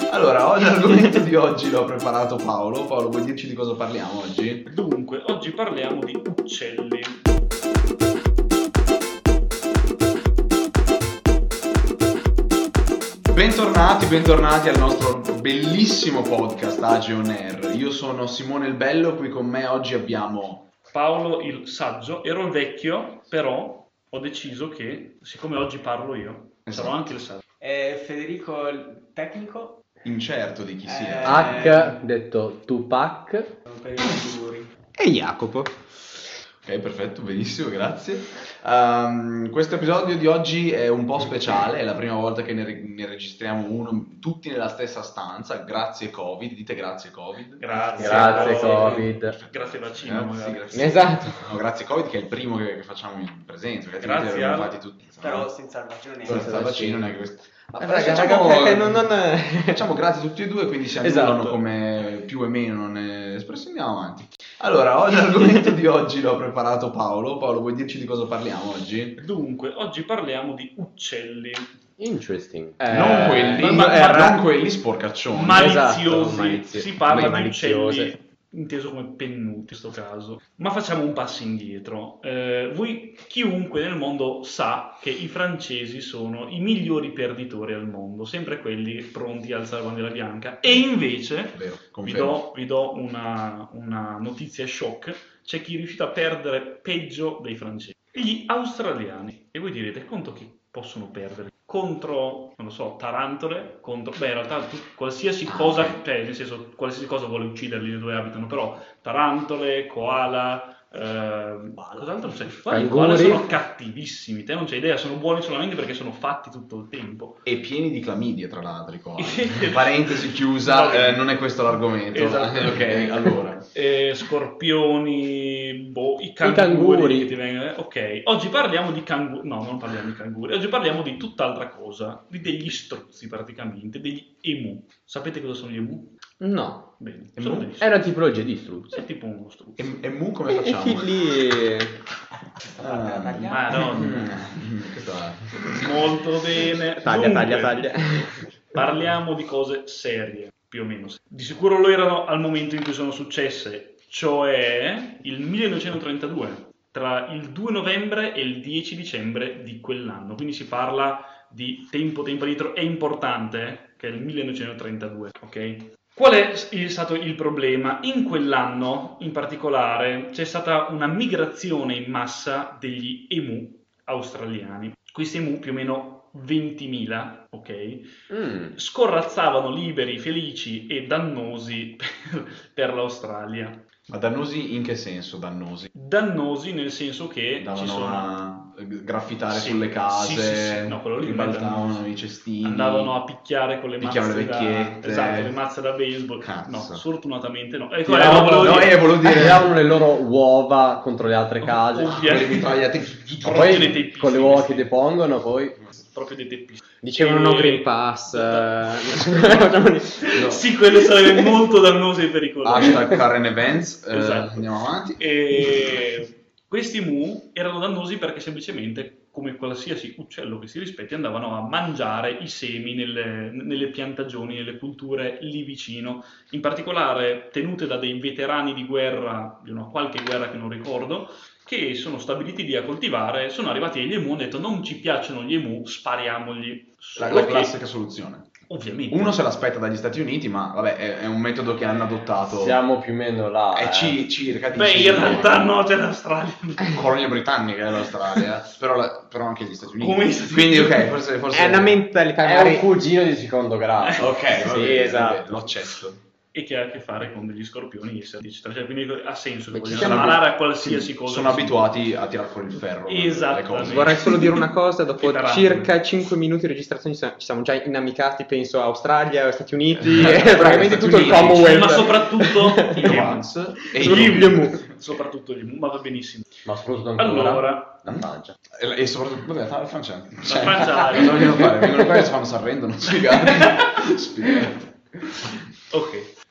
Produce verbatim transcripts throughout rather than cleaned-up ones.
Allora, oggi l'argomento di oggi l'ho preparato Paolo. Paolo, vuoi dirci di cosa parliamo oggi? Dunque, oggi parliamo di uccelli. Bentornati, bentornati al nostro bellissimo podcast Age On Air. Io sono Simone il Bello, qui con me oggi abbiamo Paolo il saggio. Ero il vecchio, però ho deciso che, siccome oggi parlo io, Esatto. sarò anche il saggio. Eh, Federico il tecnico. incerto di chi sia. Eh, H, detto Tupac. Per i auguri. E Jacopo. Ok, perfetto, benissimo, grazie. Um, questo episodio di oggi è un po' speciale, è la prima volta che ne, re- ne registriamo uno tutti nella stessa stanza, grazie Covid, dite grazie Covid. Grazie. Grazie Grazie. Covid. Grazie vaccino, Grazie, magari. grazie. Esatto. No, grazie Covid che è il primo che, che facciamo in presenza, perché Grazie altrimenti l'avremmo al- fatti tutti. insomma. Però senza il vaccino Senza neanche. il vaccino non è che questo. Ma Eh, raga, facciamo, raga, non- non- facciamo grazie a tutti e due, quindi si annullano Esatto. come più e meno non è espresso. Andiamo avanti. Allora, oggi l'argomento di oggi l'ho preparato Paolo. Paolo, vuoi dirci di cosa parliamo oggi? Dunque, oggi parliamo di uccelli Interesting. non Eh, quelli, ma- ma, ma- non ma- quelli sporcaccioni. maliziosi. Esatto, malizio- Si parla di maliziose. uccelli inteso come pennuti in questo caso. Ma facciamo un passo indietro. Eh, voi, chiunque nel mondo sa che i francesi sono i migliori perditori al mondo, sempre quelli pronti a alzare la bandiera bianca. E invece, Vero, vi confermo. do, vi do una, una notizia shock, c'è chi è riuscito a perdere peggio dei francesi. Gli australiani. E voi direte, conto chi possono perdere? Contro, non lo so, tarantole, contro... Beh, in realtà tu, qualsiasi Ah, cosa, ok. cioè nel senso, qualsiasi cosa vuole ucciderli dove abitano, però tarantole, koala... Eh, cos'altro c'è? Guarda, i koala Canguri. sono cattivissimi, te non c'hai idea, sono buoni solamente perché sono fatti tutto il tempo. E pieni di clamidia, tra l'altro, i koala. Parentesi chiusa, Va bene. eh, non è questo l'argomento. Esatto. Ok, allora. Eh, scorpioni, boh, i canguri, canguri. che ti vengono- ok, oggi parliamo di canguri, no, non parliamo di canguri, oggi parliamo di tutt'altra cosa, di degli struzzi praticamente, degli emu. Sapete cosa sono gli emu? No. Bene, Emu? sono degli È struzzi. una tipologia di struzzo. È tipo uno struzzo. E, e mu come E facciamo? figli... Ah, Madonna, mm, questo è- molto bene. Taglia, Dunque, taglia, taglia. Parliamo di cose serie, più o meno. Di sicuro lo erano al momento in cui sono successe, cioè il millenovecentotrentadue, tra il due novembre e il dieci dicembre di quell'anno. Quindi si parla di tempo, tempo dietro. È importante eh, che è il millenovecentotrentadue, ok? Qual è stato il problema? In quell'anno, in particolare, c'è stata una migrazione in massa degli emu australiani. Questi emu, più o meno ventimila, ok? Mm. Scorrazzavano liberi, felici e dannosi per, per l'Australia. Ma dannosi in che senso dannosi? Dannosi nel senso che Andavano ci sono... a graffitare Sì, sulle case, sì, sì, sì. No, quello lì non è ribaltavano dannoso. i cestini, Andavano a picchiare con le Picchiavano mazze le da... vecchiette. Esatto, le mazze da baseball. Cazzo. No, sfortunatamente no. Ecco, Tiravano, eh, volevo no, dire- eh, volevo dire- tiravano le loro uova contro le altre case. Ovvio. con le mitragliate. Ma Proprio dei poi teppisti. con le uova che depongono poi Proprio dei teppisti. dicevano E- no Green Pass. No. Sì, quello sarebbe molto dannoso e pericoloso. Hashtag current events. eh, Esatto. Andiamo avanti. E questi mu erano dannosi perché semplicemente, come qualsiasi uccello che si rispetti, andavano a mangiare i semi nelle, nelle piantagioni, nelle culture lì vicino, in particolare tenute da dei veterani di guerra, di una qualche guerra che non ricordo, che sono stabiliti lì a coltivare, sono arrivati agli emu, hanno detto non ci piacciono gli emu, spariamogli. La, Solo la che, classica soluzione. ovviamente. Uno se l'aspetta dagli Stati Uniti, ma vabbè, è, è un metodo che hanno adottato. Siamo più o meno là. È eh. ci- circa di Beh, in realtà no, c'è l'Australia. colonia britannica è l'Australia, però, la- però anche gli Stati Uniti. Come gli Stati Quindi Uniti. ok, forse, forse È una mentalità. È magari- un cugino di secondo grado. Ok, va Sì, bene, va esatto. bene, lo accetto. E che ha a che fare con degli scorpioni, eccetera. Cioè, quindi ha senso che Beh, ci vogliano siamo sparare abitu- a qualsiasi sì, cosa. Sono che si- abituati a tirar fuori il ferro. Esattamente. le cose. Vorrei solo dire una cosa, dopo Che tarantole. circa cinque minuti di registrazione ci siamo- ci siamo già inamicati, penso a Australia, Stati Uniti, Eh, e praticamente Stati tutto il Uniti. Commonwealth. Ma soprattutto I gli emu. Nomads e Sono i gli emu. Soprattutto gli emu, ma va benissimo. Ma soprattutto ancora Allora, la Francia. e, e soprattutto vabbè, la Francia. Cioè, Francia- cosa vogliono fare? Vengono qua e si fanno si arrendono, spiegati. Spiegati. ok.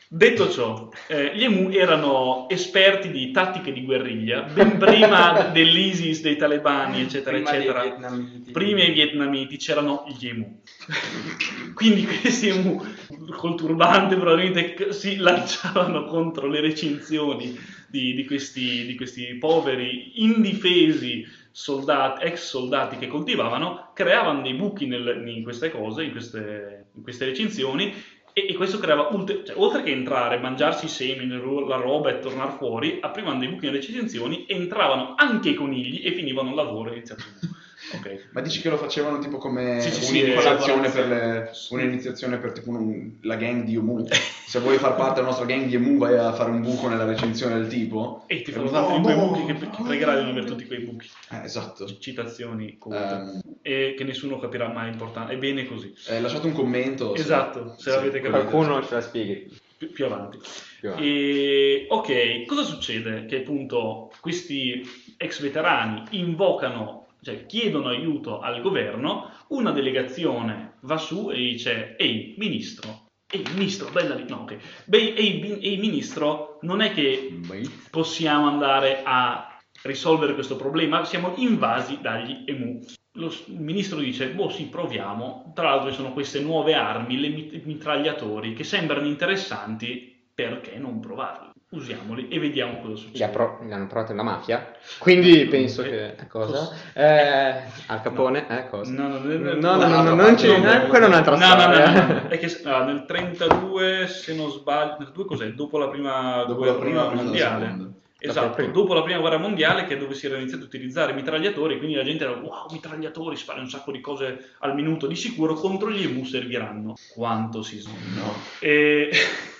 Detto ciò, eh, gli emu erano esperti di tattiche di guerriglia, ben prima dell'ISIS, dei talebani, eccetera, Prima dei eccetera. vietnamiti. Prima i vietnamiti c'erano gli emu. Quindi questi emu col turbante probabilmente si lanciavano contro le recinzioni di, di, questi, di questi poveri, indifesi soldati, ex soldati che coltivavano, creavano dei buchi nel, in queste cose, in queste, in queste recinzioni. E questo creava, ulter- cioè, oltre che entrare, mangiarsi i semi, la roba e tornare fuori, aprivano dei buchi nelle recinzioni, entravano anche i conigli e finivano il lavoro e iniziavano. Okay. Ma dici che lo facevano tipo come Sì, sì, sì, un'iniziazione eh, per le, un'iniziazione per tipo un- la gang di emu? Se vuoi far parte della nostra gang di emu vai a fare un buco nella recinzione del tipo? E ti fanno No, tanti di quei no. buchi che, che pregherai di non avere tutti quei buchi. Eh, esatto. Citazioni colte. Ehm. E che nessuno capirà mai importante. È bene così. Eh, lasciate un commento. se- Esatto, se sì, l'avete capito. Qualcuno ce la spieghi. Più, più avanti. Più avanti. E, ok, cosa succede? Che appunto questi ex veterani invocano, cioè chiedono aiuto al governo, una delegazione va su e dice: ehi ministro, ehi ministro, bella lì, no ok, Beh, ehi, bi- ehi ministro, non è che possiamo andare a risolvere questo problema, siamo invasi dagli emu. Lo, il ministro dice: boh sì, proviamo. Tra l'altro ci sono queste nuove armi, le mit- mitragliatori, che sembrano interessanti, perché non provarli? Usiamoli e vediamo cosa Li, ha succede. pro- li hanno provati la mafia, quindi penso Eh, che... eh, cosa? cosa? Eh, Al Capone? Eh, cosa? No, no, no, no, no, no, no, no, non ci... no, eh, no, quella è un'altra No, no, no, storia. no, no. È che ah, nel trentadue, se non sbaglio, nel trentadue cos'è? Dopo la prima Dopo guerra la prima, prima della mondiale. seconda. Esatto, prima. dopo la prima guerra mondiale, che è dove si era iniziato a utilizzare i mitragliatori, quindi la gente era: wow, mitragliatori, spara un sacco di cose al minuto, di sicuro contro gli emu serviranno. Quanto si sbaglia. No. E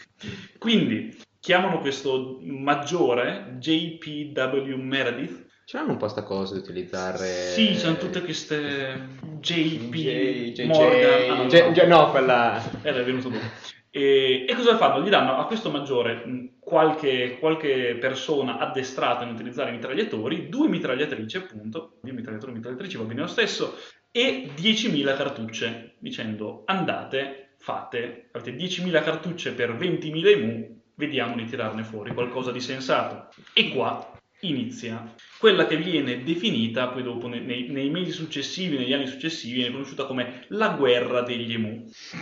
quindi chiamano questo maggiore J P W Meredith. Ce l'hanno un po' sta cosa di utilizzare... Sì, c'hanno tutte queste J P J- J- Morgan. Ah, no, J- no. J- no, quella... Era venuto dopo. E, e cosa fanno? Gli danno a questo maggiore mh, qualche, qualche persona addestrata in utilizzare i mitragliatori, due mitragliatrici appunto, due mitragliatori e mitragliatrici va bene lo stesso, e diecimila cartucce, dicendo: andate, fate, avete diecimila cartucce per ventimila emu, vediamo di tirarne fuori qualcosa di sensato. E qua inizia quella che viene definita poi dopo nei, nei, nei mesi successivi, negli anni successivi, viene conosciuta come la guerra degli emu.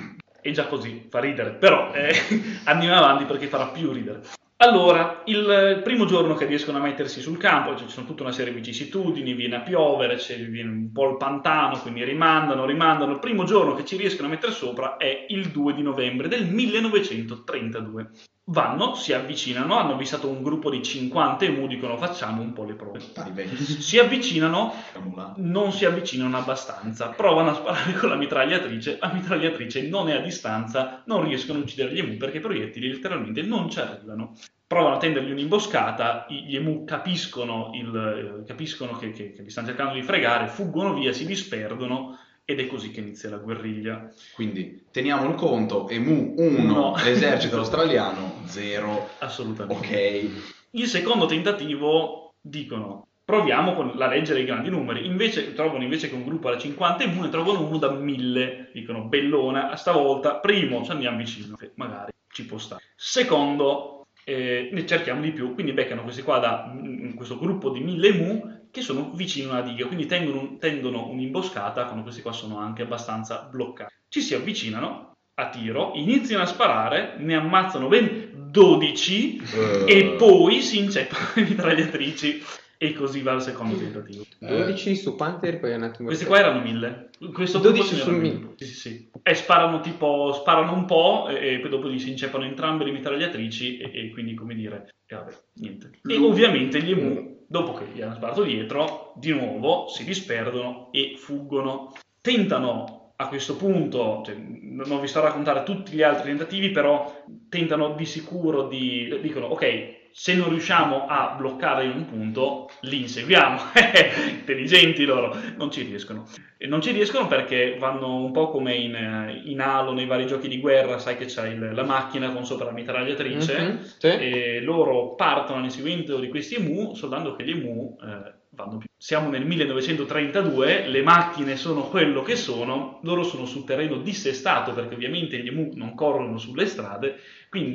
E già così fa ridere, però eh, andiamo avanti perché farà più ridere. Allora, il primo giorno che riescono a mettersi sul campo, cioè ci sono tutta una serie di vicissitudini, viene a piovere, c'è, viene un po' il pantano, quindi rimandano, rimandano. Il primo giorno che ci riescono a mettere sopra è il due di novembre del millenovecentotrentadue. Vanno, si avvicinano, hanno avvisato un gruppo di cinquanta emu, dicono: facciamo un po' le prove. Pari vecchi. Si avvicinano, Camula. non si avvicinano abbastanza, provano a sparare con la mitragliatrice, la mitragliatrice non è a distanza, non riescono a uccidere gli emu perché i proiettili letteralmente non ci arrivano. Provano a tendergli un'imboscata, gli emu capiscono, il, capiscono che, che, che li stanno cercando di fregare, fuggono via, si disperdono ed è così che inizia la guerriglia. Quindi teniamo il conto: emu uno, No. esercito australiano zero. Assolutamente. Ok. Il secondo tentativo dicono: proviamo con la legge dei grandi numeri. Invece trovano invece che un gruppo da cinquanta emu ne trovano uno da mille. Dicono: bellona, stavolta primo ci andiamo vicino, che magari ci può stare. Secondo, eh, ne cerchiamo di più, quindi beccano questi qua da mm, questo gruppo di mille emu che sono vicino a una diga, quindi tendono, un- tendono un'imboscata quando questi qua sono anche abbastanza bloccati. Ci si avvicinano a tiro, iniziano a sparare, ne ammazzano ben dodici Eh. e poi si inceppano le mitragliatrici e così va il secondo tentativo. dodici su quante? Poi un attimo... Questi qua erano mille. Questo dodici gruppo su ce n'erano mille. mille. Sì, sì, sì. E sparano tipo, sparano un po' e, e poi dopo gli si inceppano entrambe le mitragliatrici e, e quindi, come dire, e vabbè, niente. E ovviamente gli emu, dopo che gli hanno sparato dietro, di nuovo si disperdono e fuggono. Tentano a questo punto, cioè, non vi sto a raccontare tutti gli altri tentativi, però tentano di sicuro di... dicono: ok, se non riusciamo a bloccare in un punto, li inseguiamo. Intelligenti loro, non ci riescono. E non ci riescono perché vanno un po' come in, in Halo, nei vari giochi di guerra, sai che c'hai il- la macchina con sopra la mitragliatrice, Mhm, sì. e loro partono all'inseguimento di questi emu, soltanto che gli emu eh, vanno più. Siamo nel millenovecentotrentadue, le macchine sono quello che sono, loro sono su terreno dissestato perché ovviamente gli emu non corrono sulle strade, quindi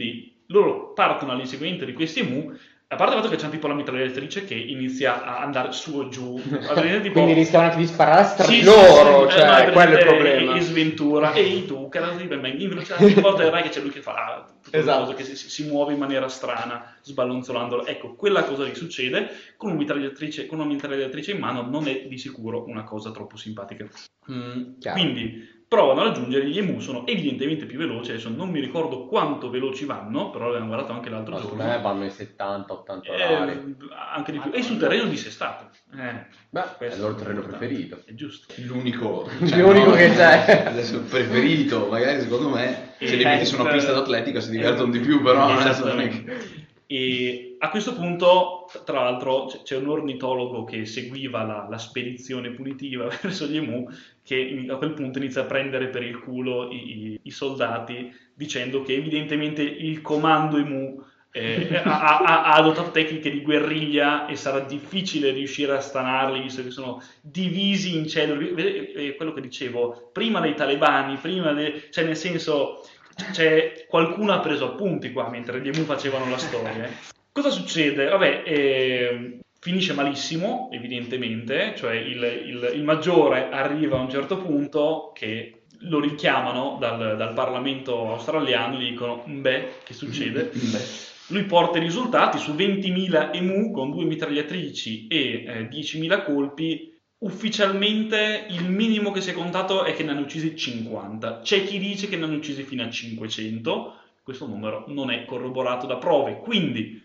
loro partono all'inseguimento di questi emu, a parte il fatto che c'è tipo la mitragliatrice che inizia a andare su e giù, tipo, quindi rischiano anche di sparare tra sì, di sì, loro, sì, cioè, eh, no, quello è il presente, problema. E, e sventura, ehi tu, cara di ben in velocità, ti porta il re che c'è lui che fa tutte le Esatto. cose, che si, si muove in maniera strana, sballonzolandolo. Ecco, quella cosa lì succede, con una mitragliatrice, con una mitragliatrice in mano non è di sicuro una cosa troppo simpatica. Mm, Chiaro. quindi provano a raggiungere gli emu, sono evidentemente più veloci, adesso non mi ricordo quanto veloci vanno, però l'abbiamo guardato anche l'altro Ma su giorno. me vanno i settanta ottanta Eh, orari. anche di più, e sul terreno dissestato. Eh, Beh, questo è il loro terreno importante. preferito. È giusto. L'unico, L'unico che c'è. Adesso preferito, magari secondo me, se li Eh, metti su una per- pista d'atletica si divertono eh, di più, però adesso non è esattamente. che... E a questo punto, tra l'altro, c- c'è un ornitologo che seguiva la, la spedizione punitiva verso gli emu, che in- a quel punto inizia a prendere per il culo i, i- i soldati, dicendo che evidentemente il comando emu eh, ha, ha- ha adottato tecniche di guerriglia e sarà difficile riuscire a stanarli, visto che sono divisi in cellule. Vede- eh, quello che dicevo, prima dei talebani, prima de- cioè nel senso... C'è qualcuno ha preso appunti qua mentre gli emu facevano la storia. eh. Cosa succede? Vabbè, eh, finisce malissimo, evidentemente, cioè il, il- il maggiore arriva a un certo punto che lo richiamano dal, dal Parlamento australiano, gli dicono, beh, che succede? Lui porta i risultati su ventimila emu con due mitragliatrici e eh, diecimila colpi. Ufficialmente il minimo che si è contato è che ne hanno uccisi cinquanta. C'è chi dice che ne hanno uccisi fino a cinquecento. Questo numero non è corroborato da prove, quindi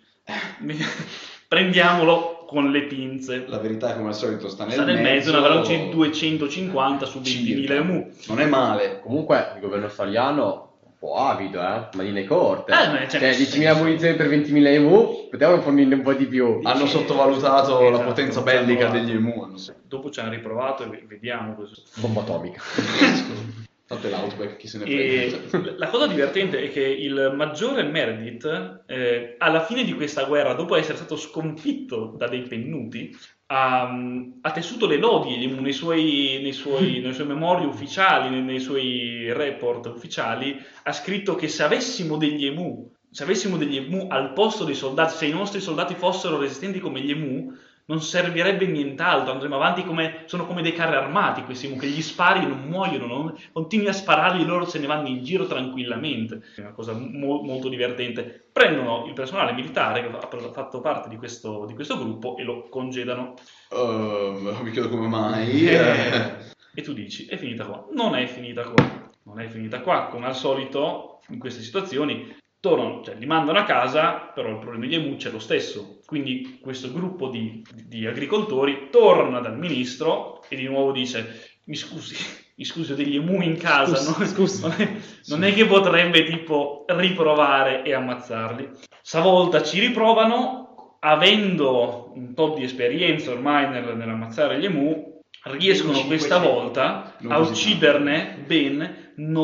prendiamolo con le pinze. La verità come al solito sta nel, Sta nel mezzo, ne avranno uccisi duecentocinquanta su ventimila Circa. emu. Non è male. Comunque il governo australiano è un po' avido, eh? Manine corte. Eh, ma c'è cioè, nel diecimila senso. munizioni per ventimila emu, potevano fornirne un po' di più. Hanno sottovalutato la Esatto, potenza ci hanno bellica provato. degli emu. hanno- Dopo ci hanno riprovato e vediamo questo. Bomba atomica. Tanto è l'outback, chi se ne E frega. la cosa divertente è che il maggiore Meredith, eh, alla fine di questa guerra, dopo essere stato sconfitto da dei pennuti, ha, ha tessuto le lodi agli emu nei suoi, nei suoi, nei suoi memori ufficiali, nei, nei suoi report ufficiali, ha scritto che se avessimo degli emu, se avessimo degli emu al posto dei soldati, se i nostri soldati fossero resistenti come gli emu, non servirebbe nient'altro, andremo avanti come, sono come dei carri armati questi emu, che gli spari e non muoiono, non, continui a spararli e loro se ne vanno in giro tranquillamente. È una cosa mo- molto divertente. Prendono il personale militare che ha fatto parte di questo, di questo gruppo e lo congedano. Uh, mi chiedo come mai. Eh, e tu dici, è finita qua. Non è finita qua. Non è finita qua. Come al solito, in queste situazioni, tornano, cioè li mandano a casa, però il problema degli emu c'è lo stesso. Quindi questo gruppo di, di, di agricoltori torna dal ministro e di nuovo dice, mi scusi, mi scusi, ho degli emu in casa, Scusi, no? scusi. Non, è, non è che potrebbe tipo riprovare e ammazzarli. Stavolta ci riprovano, avendo un po' di esperienza ormai nel, nell'ammazzare gli emu, riescono questa volta Non a così ucciderne ben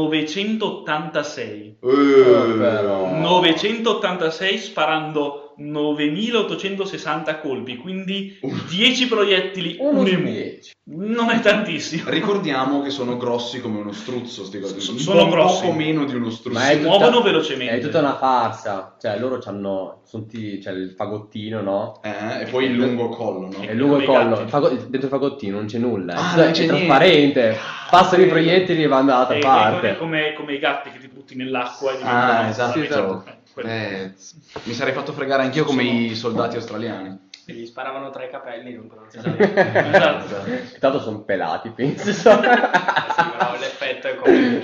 novecentottantasei. Eh, però. novecentottantasei sparando novemilaottocentosessanta colpi, quindi dieci proiettili, Uno un su emu. dieci. Non è tantissimo. Ricordiamo che sono grossi come uno struzzo, sti cosi. So- Un sono po' grossi. poco meno di uno struzzo. Ma Si è tutta- muovono velocemente. È tutta una farsa. Cioè, loro c'hanno sono tutti- c'è il fagottino, no? Eh, e poi il lungo collo, no? È lungo il come i collo. gatti. Il fago- dentro il fagottino non c'è nulla. Ah, è, non è c'è niente. trasparente. Passano i proiettili e vanno dall'altra È, è parte. come, come, come i gatti che ti butti nell'acqua e Ah, diventano- esatto. Sì, esatto. Eh, quello. Eh, mi sarei fatto fregare anch'io come i soldati australiani. Se gli sparavano tra i capelli non non si sa Esatto. niente. Esatto. Tanto sono pelati, penso. Eh sì, però l'effetto è come...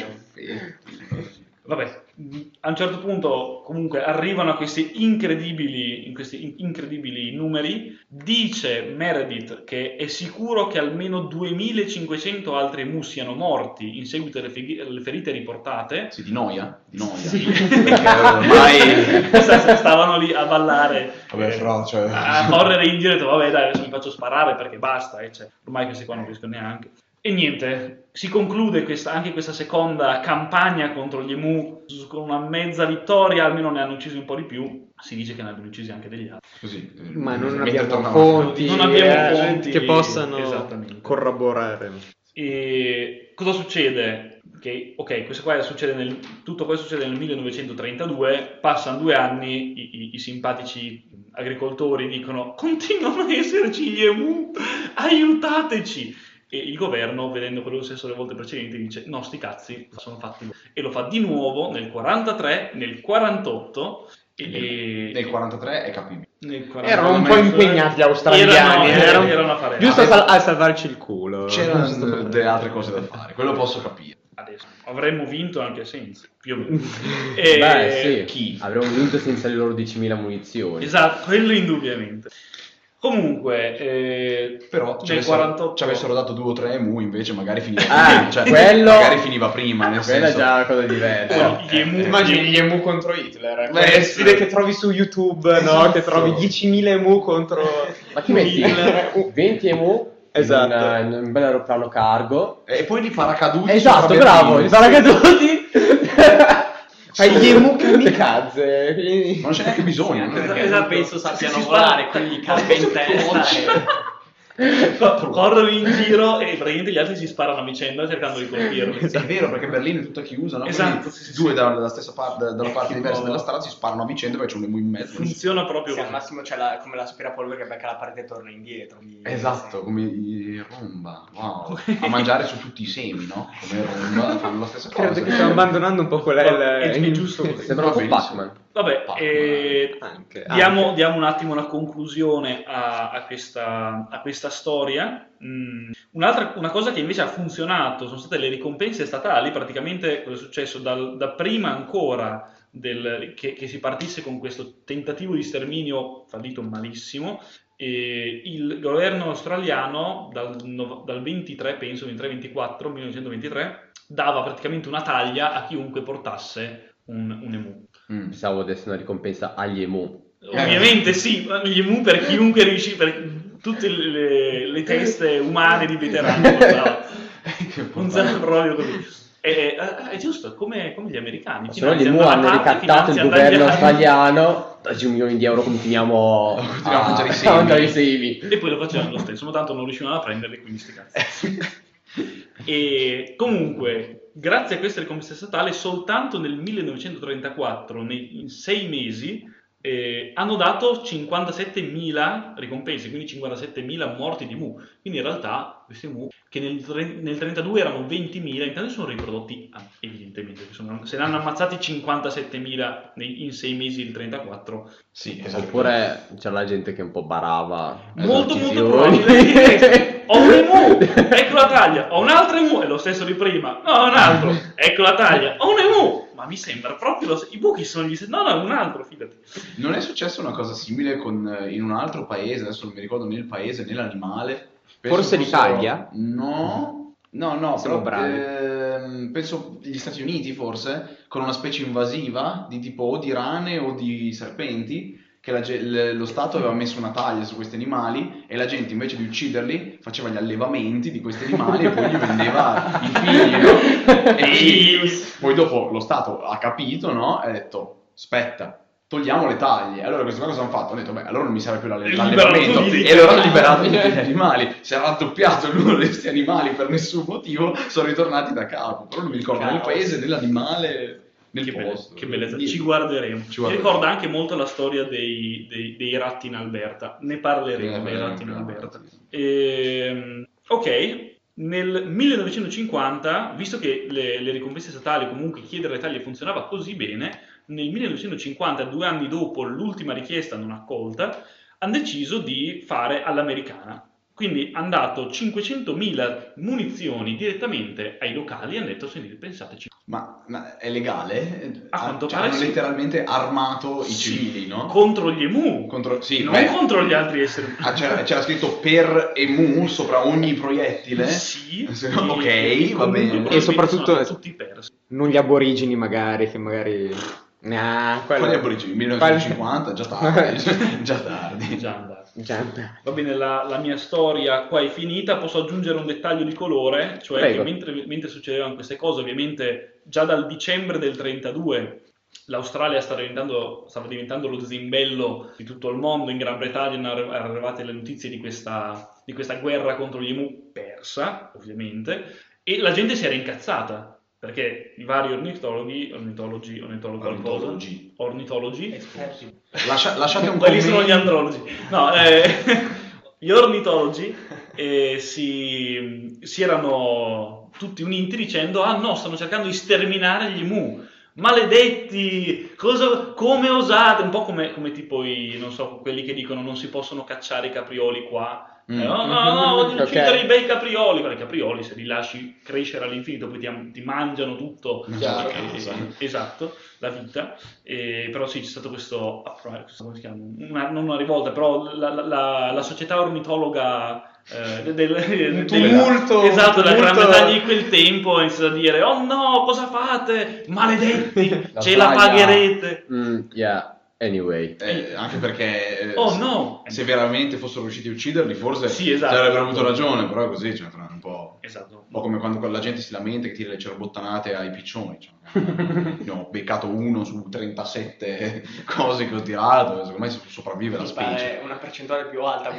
Vabbè, a un certo punto comunque arrivano a questi incredibili, in questi in- incredibili numeri. Dice Meredith che è sicuro che almeno duemilacinquecento altri emu siano morti in seguito alle, feghi- alle ferite riportate. Sì, di noia. Di noia. Sì. Perché ormai... Stavano lì a ballare, Vabbè, eh, fra, cioè... a correre in giro, e ho detto, vabbè dai, adesso mi faccio sparare perché basta, e cioè, ormai questi qua non riescono neanche. E niente, si conclude questa, anche questa seconda campagna contro gli emu con una mezza vittoria, almeno ne hanno uccisi un po' di più, si dice che ne abbiano uccisi anche degli altri. Così. Ma non mentre abbiamo tornavano- fonti, Non abbiamo eh, fonti che possano esattamente. corroborare. E cosa succede? che, ok, questo qua succede nel, tutto questo succede nel millenovecentotrentadue, passano due anni, i, i, i simpatici agricoltori dicono continuano a esserci gli emu, aiutateci! E il governo, vedendo quello stesso le volte precedenti, dice no, sti cazzi sono fatti loro. E lo fa di nuovo nel quarantatré, nel quarantotto e... Nel quarantatré è capibile. Nel Erano un po' Erano- impegnati gli australiani, Erano- erano- erano a fare giusto a, altro. sal- a salvarci il culo. C'erano delle altre cose da fare, quello posso capire. Adesso avremmo vinto anche senza, più o meno. E- Beh, sì. chi? Avremmo vinto senza le loro diecimila munizioni. Esatto, quello indubbiamente. Comunque, eh, Però ci nel avessero, quarantotto ci avessero dato due o tre emu invece magari finiva Ah, prima, cioè, quello- magari finiva prima, nel Quella è senso... già una cosa diversa. gli emu, Immagini gli emu contro Hitler, Beh, quelle sì. sfide che trovi su YouTube, no? Esatto. Che trovi diecimila emu contro... Ma chi metti? Hitler. venti emu Esatto. in, una- in un bel aeroplano cargo. E poi di paracaduti Esatto, sopra bravo, Berlino. i paracaduti. Fai gli emu kamikaze, quindi... Ma non c'è neanche bisogno, no? Perché Esatto. non penso sappiano Si volare, spara- quindi campa in testa. Co- corrono in giro e praticamente gli altri si sparano a vicenda cercando di colpirli. È vero, perché Berlino è tutta chiusa, no? Esatto, Quindi sì, sì, due sì. da- dalla stessa parte, da- dalla parte Tipo- diversa della strada si sparano a vicenda perché c'è un emu in mezzo. Funziona proprio Sì, al così. massimo c'è la, come l'aspirapolvere che becca la parte e torna indietro. Mi- Esatto, come i rumba, wow, a mangiare su tutti i semi, no? Come il rumba fanno la stessa cosa. Credo che stiamo abbandonando un po' quella... È- è giusto così. Sembra un po' Benissimo. Pac-Man. Vabbè, Pac-Man. eh, Anche, diamo, anche. diamo un attimo una conclusione a, a questa, a questa storia. Mm, un'altra una cosa che invece ha funzionato sono state le ricompense statali. Praticamente cosa è successo dal- da prima ancora del- che, che si partisse con questo tentativo di sterminio fallito malissimo. E il governo australiano dal, no- dal ventitré, penso, ventitré ventiquattro, millenovecentoventitré, dava praticamente una taglia a chiunque portasse un, un emu. Mm. Pensavo desse una ricompensa agli emu. Ovviamente sì, ma gli emu per chiunque riuscì, per tutte le, le teste umane di veterani. guardava. Funziona proprio così. È, è- è giusto, come, come gli americani. Se no gli finanziano emu da hanno una parte, ricattato il finanziano governo dagli altri. australiano. Dagli un milione di euro continuiamo Continuiamo a mangiare i semi. a mangiare i semi. E poi lo facevano lo stesso, ma tanto non riuscivano a prenderli, quindi sti cazzi. E comunque, grazie a queste ricompense statali, soltanto nel millenovecentotrentaquattro, nei, in sei mesi, eh, hanno dato cinquantasettemila ricompense, quindi cinquantasettemila morti di emu. Quindi in realtà questi emu, che nel, tre- nel trentadue erano ventimila, intanto sono riprodotti, ah, evidentemente, che sono- se ne hanno ammazzati cinquantasettemila nei- in sei mesi il trentaquattro. Sì, esatto. Oppure c'era la gente che un po' barava. le Molto molto uccisioni. probabile. Ho un emu, ecco la taglia. Ho un altro emu, è lo stesso di prima. No, un altro, ecco la taglia. Ho un emu. Ma mi sembra proprio lo... I buchi sono gli stessi. No, no, un altro, fidati. Non è successa una cosa simile con, eh, in un altro paese, adesso non mi ricordo né il paese né l'animale. Penso Forse fossero- l'Italia? No, no, no, Siamo però, bravi. ehm, penso gli Stati Uniti forse, con una specie invasiva di tipo o di rane o di serpenti, che la ge- le- lo Stato aveva messo una taglia su questi animali e la gente invece di ucciderli faceva gli allevamenti di questi animali e poi gli vendeva i figli, no? E quindi, poi dopo lo Stato ha capito, no? E ha detto, aspetta, togliamo le taglie. Allora questi qua cosa hanno fatto? Hanno detto, beh, allora non mi serve più l'alle- Liberano l'allevamento. tutti. E allora hanno liberato tutti gli animali. Si era raddoppiato il numero di questi animali per nessun motivo, sono ritornati da capo. Però non mi ricordo né il Caos. paese né l'animale nel Che, belle- posto. che bellezza, Niente. ci guarderemo. Ci Mi guarderemo. ricorda anche molto la storia dei, dei- dei ratti in Alberta. Ne parleremo Eh, dei beh, ratti in beh, Alberta. beh. Ehm, ok, nel millenovecentocinquanta, visto che le, le ricompense statali, comunque chiedere le taglie funzionava così bene, nel millenovecentocinquanta, due anni dopo l'ultima richiesta non accolta, hanno deciso di fare all'americana. Quindi hanno dato cinquecentomila munizioni direttamente ai locali e hanno detto, sentite, pensateci. Ma, ma è legale? A quanto Cioè, pare hanno sì. letteralmente armato i Sì, civili, no? Contro gli emu, Contro... Sì, non beh, contro gli altri esseri umani. ah, c'era, c'era scritto per emu sopra ogni proiettile. Sì, Sì, e- ok, e va comunque bene. probabilmente E soprattutto- sono tutti persi. Non gli aborigeni magari, che magari... Nah, quello... Quali aborigeni? millenovecentocinquanta? Già tardi. Già tardi. Già andati. Già. Va bene, la, la mia storia qua è finita. Posso aggiungere un dettaglio di colore, cioè Prego. che mentre, mentre succedevano queste cose, ovviamente già dal dicembre del trentadue l'Australia stava diventando, stava diventando lo zimbello di tutto il mondo. In Gran Bretagna erano arrivate le notizie di questa, di questa guerra contro gli emu persa, ovviamente, e la gente si era incazzata. perché i vari ornitologhi, ornitologi, ornitologo qualcosa, Ornitologi. ornitologi, Esperti. Lascia- lasciate un quelli sono gli commento. andrologi, no, eh, gli ornitologi eh, si, si erano tutti uniti dicendo ah no, stanno cercando di sterminare gli emu, maledetti, cosa, come osate, un po' come, come tipo i, non so, quelli che dicono non si possono cacciare i caprioli qua. Mm. Eh, no, no, no, voglio Ok. uccidere i bei caprioli. Però i caprioli, se li lasci crescere all'infinito, poi ti, ti mangiano tutto. Chiaro. Eh, esatto, la vita. Eh, però sì, c'è stato questo, come si chiama? Una, non una rivolta, però la, la- la- la società ornitologa eh, del, del- Un del- tumulto, esatto, un della Gran tumulto. Bretagna di quel tempo ha iniziato a dire oh no, cosa fate? Maledetti, La ce la sbaglia. pagherete. Mm, yeah, anyway. Eh, anche perché eh, Oh se- no. se veramente fossero riusciti a ucciderli forse Sì, esatto. ci avrebbero avuto ragione, però è così, cioè, fra un po', Esatto. un po' come quando la gente si lamenta che tira le cerbottanate ai piccioni, cioè, ne ho beccato uno su trentasette cose che ho tirato, e secondo me sopravvive la Mi specie. pare una percentuale più alta.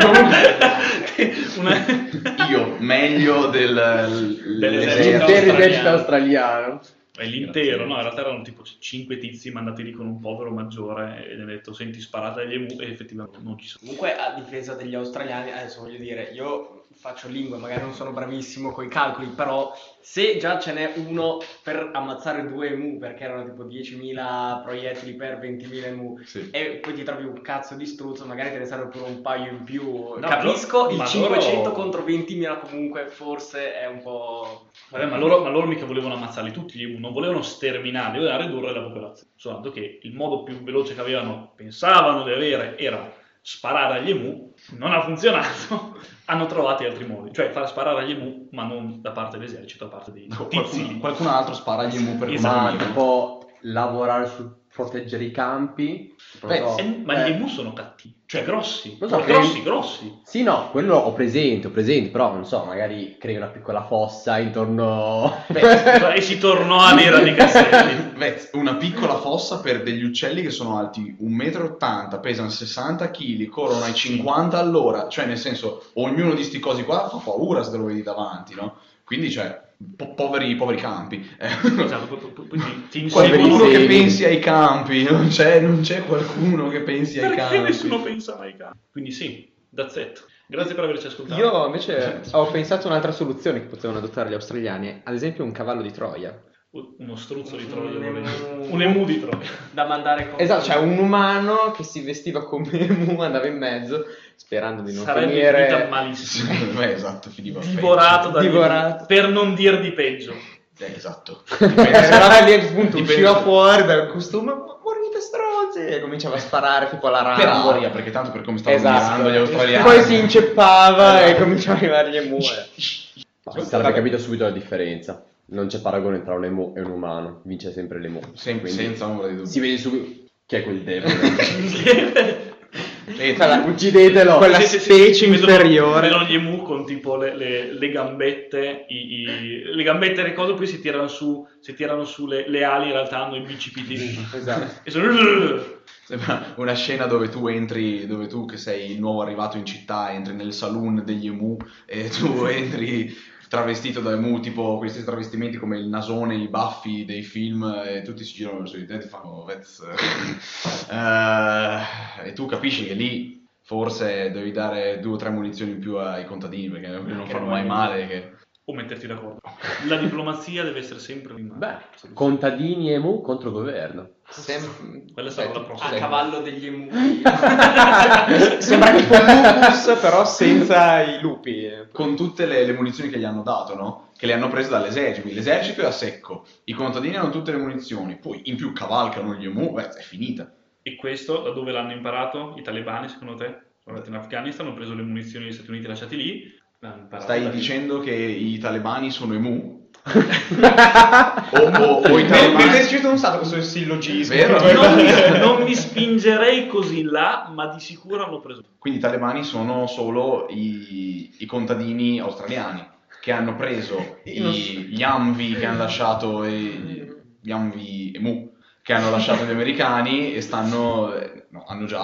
Una- Io meglio del Dell'esercito L'intero australiano. esercito australiano. È l'intero, no? In realtà erano tipo cinque tizi mandati lì con un povero maggiore e gli hanno detto senti sparate agli emu e effettivamente non ci sono. Comunque, a difesa degli australiani, adesso voglio dire, io faccio lingue, magari non sono bravissimo con i calcoli, però se già ce n'è uno per ammazzare due emu, perché erano tipo diecimila proiettili per ventimila emu, Sì. e poi ti trovi un cazzo di struzzo, magari te ne serve pure un paio in più. No, Capisco, ma il loro- cinquecento contro ventimila comunque forse è un po'... Vabbè, ma loro, ma loro mica volevano ammazzarli tutti gli emu, non volevano sterminarli, volevano ridurre la popolazione. Soltanto che il modo più veloce che avevano, pensavano di avere, era sparare agli emu, non ha funzionato, hanno trovato altri modi, cioè far sparare agli emu, ma non da parte dell'esercito, da parte dei tizi Qualcun, lì. qualcun altro spara gli emu per Esatto. Ma conto mio. tipo lavorare sul proteggere i campi. non Beh, so. Eh, ma Eh, gli emu sono cattivi, cioè grossi, Non so, però che- grossi, grossi. Sì, no, quello ho presente, ho presente, però non so, magari crei una piccola fossa intorno. E si tornò all'era dei casselli. Beh, una piccola fossa per degli uccelli che sono alti un metro e ottanta, pesano sessanta chili, corrono ai cinquanta all'ora, cioè nel senso, ognuno di sti cosi qua fa paura se te lo vedi davanti, no? Quindi, cioè, po- poveri, poveri campi. Eh, Esatto, poi- poi- poi ti- ti Poveri Qualcuno inseguono. che semi. pensi ai campi, non c'è, non c'è qualcuno che pensi ai Perché campi. nessuno pensa mai ai campi? Quindi sì, that's it. Grazie per averci ascoltato. Io invece ho pensato a un'altra soluzione che potevano adottare gli australiani, ad esempio un cavallo di Troia. Uno struzzo di Un Troia, emu- un emu di Troia. da mandare con... Esatto, cioè un umano che si vestiva come emu, andava in mezzo, sperando di non Sarebbe finita finire malissimo. Beh, esatto, finiva Divorato da Divorato. per non dir di peggio. peggio. Eh, esatto. Allora lì appunto Dipende- usciva fuori dal costume, morite stronzi, e cominciava a sparare tipo alla Per Rambo. aria, perché tanto per come stavano Esatto. mirando gli australiani. Poi si inceppava Esatto. e cominciava a arrivare gli emu. Ma si sarebbe capito subito la differenza. Non c'è paragone tra un emu e un umano, vince sempre l'emu. Sem- Quindi senza ombra di dubbio. si vede subito chi è quel debole. E Quella- Uccidetelo! Quella Sì, sì, sì, specie sì, vedono- inferiore. Vedono gli emu con tipo le, le- le gambette, i, i- le gambette e le cose, poi si tirano su, si tirano su le, le ali, in realtà hanno i bicipiti. Esatto. E sono... Sembra una scena dove tu entri, dove tu che sei il nuovo arrivato in città, entri nel saloon degli emu e tu entri travestito da emu, tipo questi travestimenti come il nasone, i baffi dei film, e tutti si girano verso di te e ti fanno vez. Eh, e tu capisci che lì forse devi dare due o tre munizioni in più ai contadini, perché quelli non Che fanno ne mai voglio male. Che... O metterti d'accordo. La diplomazia deve essere sempre in Beh, contadini e emu contro governo. Sem- Quella sarà la A prossima. cavallo degli emu. Sembra tipo lupus, però senza i lupi. Con tutte le, le munizioni che gli hanno dato, no? Che le hanno prese dall'esercito. L'esercito è a secco, i contadini hanno tutte le munizioni, poi in più cavalcano gli emu, beh, è finita. E questo da dove l'hanno imparato? I talebani, secondo te? Sono andati in Afghanistan, hanno preso le munizioni degli Stati Uniti lasciate lì. l'hanno imparato da Stai lì. dicendo che i talebani sono emu? o, o, o i Mi talebani... mi è piaciuto un sacco questo sillogismo. Vero? Non mi, non mi spingerei così in là, ma di sicuro hanno preso. Quindi i talebani sono solo i, i contadini australiani che hanno preso Io non i, gli Humvee che hanno lasciato i- gli Humvee emu che hanno lasciato gli americani e stanno eh, no, hanno già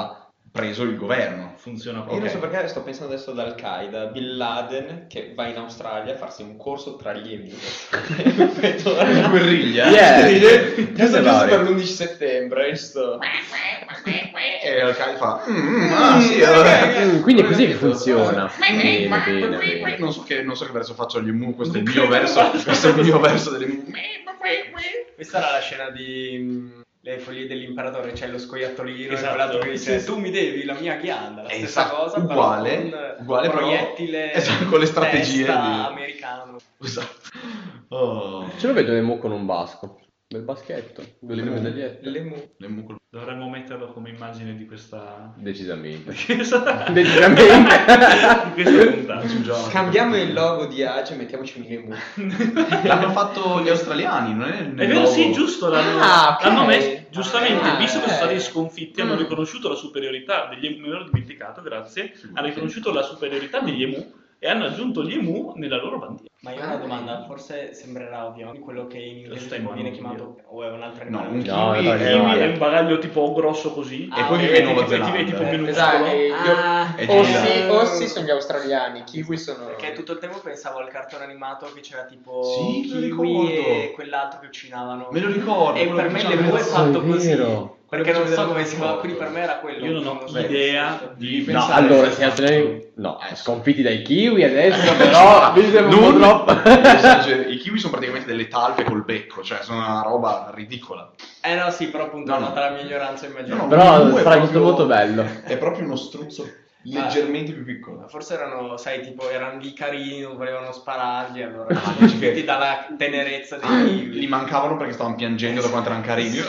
preso il governo. Funziona Io proprio. non so perché sto pensando adesso ad Al-Qaeda, Bin Laden che va in Australia a farsi un corso tra gli emu. La guerriglia. Yeah. Giusto, giusto varie. per l'undici settembre. Sto... E Al-Qaeda fa, "Mm, ah sì, allora." Mm, quindi è così che funziona. Bene, bene, bene. Non so che, non so che verso faccio gli emu, questo è il Non mio credo verso, faccia. questo è il mio verso delle emu. Questa era la scena di mm, Le follie dell'imperatore, c'è lo scoiattolino Esatto. e quell'altro che dice Sì, sì. tu mi devi la mia ghianda, la Eh, stessa esatto, cosa uguale, però con uguale però- proiettile esatto, con le strategie testa di- americano. Esatto. Oh. Ce lo vedo l'emu con un basco. Bel baschetto. Belle L'emu. medagliette. L'emu. L'emu col- Dovremmo metterlo come immagine di questa... Decisamente. di questa Decisamente. di questa puntata. Sul gioco. Cambiamo il logo di Age e mettiamoci un emu. L'hanno fatto gli australiani, non è È nel vero, logo. sì, giusto, l'hanno, Ah, ok. l'hanno messo, giustamente, Ah, visto che sono ok. stati sconfitti, hanno Mm. riconosciuto la superiorità degli emu, me l'ero dimenticato, grazie, Sì, hanno sì. riconosciuto la superiorità degli emu e hanno aggiunto gli emu nella loro bandiera. Ma io ho una domanda, forse sembrerà ovvio, quello che in inglese stai tipo viene mandando chiamato o è un altro No, animale? un No, kiwi no, è- no, Kiwi male. è un bagaglio tipo grosso così. Ah, E poi ok. vive in Nuova Tipo- tipo- Zelanda. tipo eh. minuscolo. Esatto, e io- Ah, È o, geniale. sì, o sì sono gli australiani, i kiwi sono... perché tutto il tempo pensavo al cartone animato che c'era tipo Sì, me lo Kiwi ricordo. e quell'altro che uccinavano. Me lo ricordo. E quello per che me faceva l'emu è le- fatto è così. vero. Perché non so Quello come che si faceva chiama, le quindi per me era quello. Io non ho so. idea di... Beh, No, pensare allora, che se australiani... No, Eh, sconfitti dai kiwi adesso, però... mi sembra un po' Non troppo. esageri- I kiwi sono praticamente delle talpe col becco, cioè sono una roba ridicola. Eh no, sì, però appunto No, è no. stata la mia ignoranza immaginativa. No, Però l'emu è sarà proprio- tutto molto bello. È proprio uno struzzo leggermente più piccolo. Forse erano, sai, tipo erano lì carini, non volevano sparargli, allora Ah, sono dici che- usciti dalla tenerezza dei Ah, kiwi. gli mancavano perché stavano piangendo da quanto erano carini.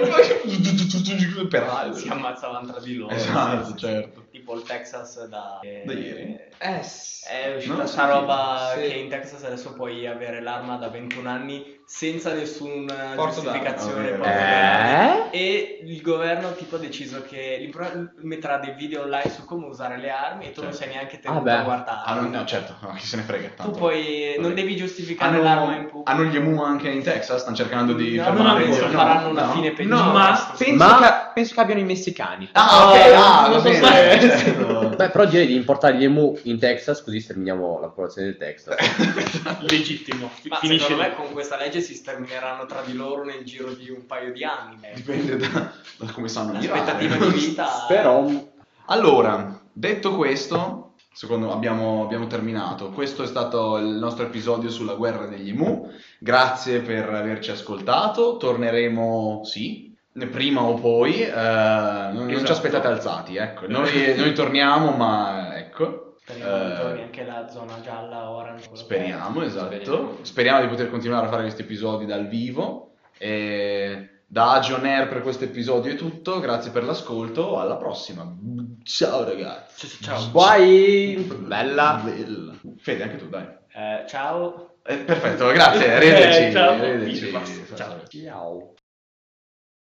Per anni. Si ammazzavano tra di loro. Esatto, sì, sì, sì. certo. Tipo il Texas da... Da ieri? Eh sì. È uscita No, sta sì, roba sì. che in Texas adesso puoi avere l'arma da ventuno anni senza nessuna Porto giustificazione. d'arma, porto ok. d'arma. Eh? E il governo tipo ha deciso che l'impro- metterà dei video online su come usare le armi e tu non Certo. sei neanche tenuto Ah, beh. a guardare. Ah, non, no, certo, no, chi se ne frega. Tu Tanto. poi non devi giustificare Hanno, l'arma in pubblico. hanno gli emu anche in Texas? Stanno cercando di No, fermare non il- ancora, faranno una no? fine No. peggiore. Ma- Penso, Ma- che, penso che abbiano i messicani. Ah, ok, ah, non va so bene. se- Certo. Beh, però direi di importare gli emu in Texas, così sterminiamo la popolazione del Texas. Legittimo. Fi- Ma Finisce secondo lì. me con questa legge si stermineranno tra di loro nel giro di un paio di anni. Dipende da, da come sanno mirare. L'aspettativa di vita... Però... Allora, detto questo, secondo abbiamo, abbiamo terminato. Questo è stato il nostro episodio sulla guerra degli emu. Grazie per averci ascoltato. Torneremo, sì, prima o poi. eh, non, non ci Esatto. aspettate alzati, ecco. Noi, noi torniamo, ma ecco. Speriamo che eh, torni anche la zona gialla orange. Speriamo, esatto. Speriamo. Speriamo di poter continuare a fare questi episodi dal vivo. E da Agio On Air per questo episodio è tutto. Grazie per l'ascolto. Alla prossima. Ciao ragazzi. Ciao, ciao. Guai! Bella! Bella. Fede, anche tu, dai. Eh, ciao. Eh, perfetto, grazie. Arrivederci. Eh, ciao. Arrivederci. Basta, ciao. Ciao!